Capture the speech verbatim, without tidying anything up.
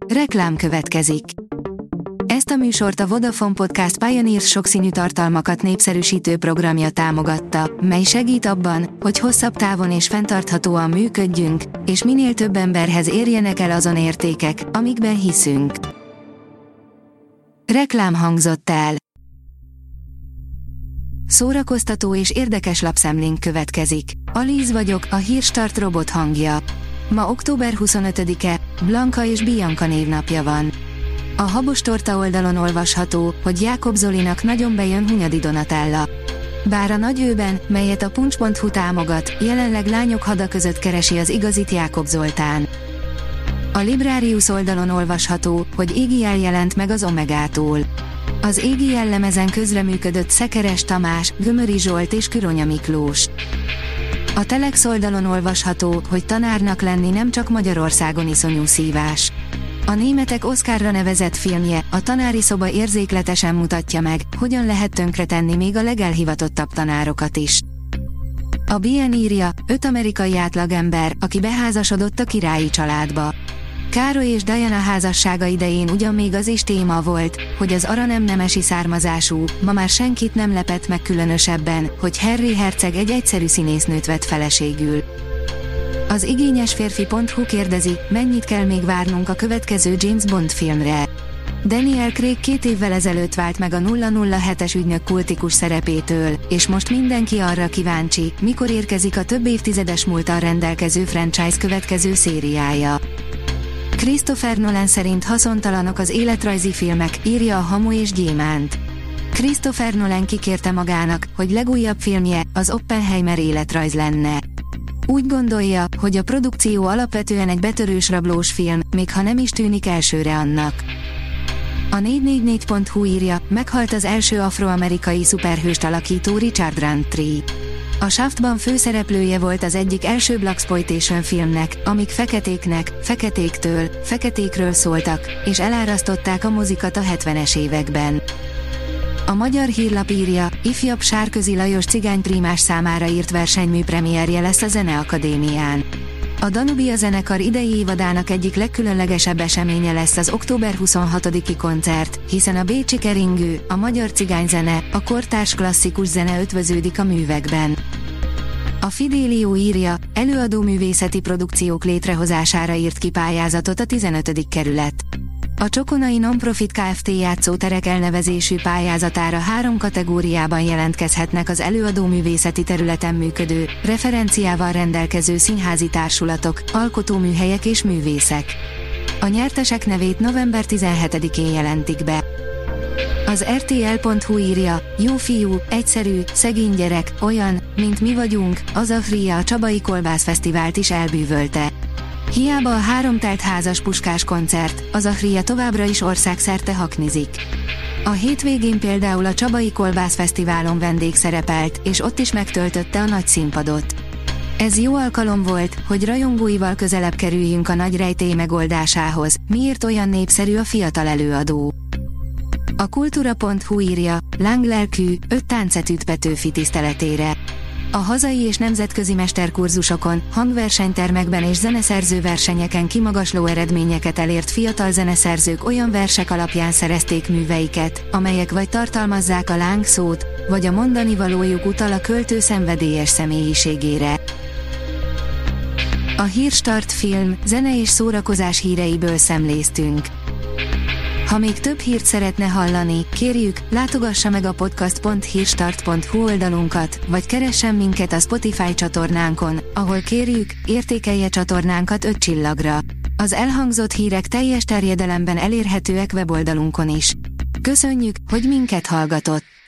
Reklám következik. Ezt a műsort a Vodafone Podcast Pioneers sokszínű tartalmakat népszerűsítő programja támogatta, mely segít abban, hogy hosszabb távon és fenntarthatóan működjünk, és minél több emberhez érjenek el azon értékek, amikben hiszünk. Reklám hangzott el. Szórakoztató és érdekes lapszemlénk következik. Alíz vagyok, a Hírstart robot hangja. Ma október huszonötödike, Blanka és Bianca névnapja van. A Habos Torta oldalon olvasható, hogy Jákob Zolinak nagyon bejön Hunyadi Donatella. Bár a nagyőben, melyet a puncs pont hu támogat, jelenleg lányok hada között keresi az igazit Jákob Zoltán. A Librarius oldalon olvasható, hogy Égi-jel jelent meg az Omegától. Az Égi-jel lemezen közreműködött Szekeres Tamás, Gömöri Zsolt és Küronya Miklós. A Telex oldalon olvasható, hogy tanárnak lenni nem csak Magyarországon iszonyú szívás. A németek Oscarra nevezett filmje, a tanári szoba érzékletesen mutatja meg, hogyan lehet tönkretenni még a legelhivatottabb tanárokat is. A bé en írja, öt amerikai átlagember, aki beházasodott a királyi családba. Károly és Diana házassága idején ugyan még az is téma volt, hogy az Ara nem nemesi származású, ma már senkit nem lepett meg különösebben, hogy Harry herceg egy egyszerű színésznőt vett feleségül. Az igényesférfi pont hu kérdezi, mennyit kell még várnunk a következő James Bond filmre. Daniel Craig két évvel ezelőtt vált meg a nulla nulla hetes ügynök kultikus szerepétől, és most mindenki arra kíváncsi, mikor érkezik a több évtizedes múlttal rendelkező franchise következő szériája. Christopher Nolan szerint haszontalanok az életrajzi filmek, írja a Hamu és Gyémánt. Christopher Nolan kikérte magának, hogy legújabb filmje, az Oppenheimer életrajz lenne. Úgy gondolja, hogy a produkció alapvetően egy betörős rablós film, még ha nem is tűnik elsőre annak. A négy négy négy pont hu írja, meghalt az első afroamerikai szuperhőst alakító Richard Roundtree. A Shaftban főszereplője volt az egyik első blaxploitation filmnek, amik feketéknek, feketéktől, feketékről szóltak, és elárasztották a mozikat a hetvenes években. A Magyar Hírlap írja, ifjabb Sárközi Lajos cigányprímás számára írt versenymű premierje lesz a Zeneakadémián. A Danubia zenekar idei évadának egyik legkülönlegesebb eseménye lesz az október huszonhatodiki koncert, hiszen a bécsi keringő, a magyar cigányzene, a kortárs klasszikus zene ötvöződik a művekben. A Fidelio írja, előadóművészeti produkciók létrehozására írt ki pályázatot a tizenötödik kerület. A Csokonai Nonprofit Kft. Játszóterek elnevezésű pályázatára három kategóriában jelentkezhetnek az előadóművészeti területen működő, referenciával rendelkező színházi társulatok, alkotóműhelyek és művészek. A nyertesek nevét november tizenhetedikén jelentik be. Az er té el pont hu írja, jó fiú, egyszerű, szegény gyerek, olyan, mint mi vagyunk, az Afria a Csabai Kolbászfesztivált is elbűvölte. Hiába a három telt házas Puskás koncert, az Afria továbbra is országszerte haknizik. A hétvégén például a Csabai Kolbászfesztiválon vendég szerepelt, és ott is megtöltötte a nagy színpadot. Ez jó alkalom volt, hogy rajongóival közelebb kerüljünk a nagy rejtély megoldásához, miért olyan népszerű a fiatal előadó. A kultúra pont hu írja, lánglelkű, öt táncet üt Petőfi tiszteletére. A hazai és nemzetközi mesterkurzusokon, hangversenytermekben és zeneszerző versenyeken kimagasló eredményeket elért fiatal zeneszerzők olyan versek alapján szerezték műveiket, amelyek vagy tartalmazzák a láng szót, vagy a mondani valójuk utal a költő szenvedélyes személyiségére. A Hírstart film, zene és szórakozás híreiből szemléztünk. Ha még több hírt szeretne hallani, kérjük, látogassa meg a podcast pont hírstart pont hu oldalunkat, vagy keressen minket a Spotify csatornánkon, ahol kérjük, értékelje csatornánkat öt csillagra. Az elhangzott hírek teljes terjedelemben elérhetőek weboldalunkon is. Köszönjük, hogy minket hallgatott!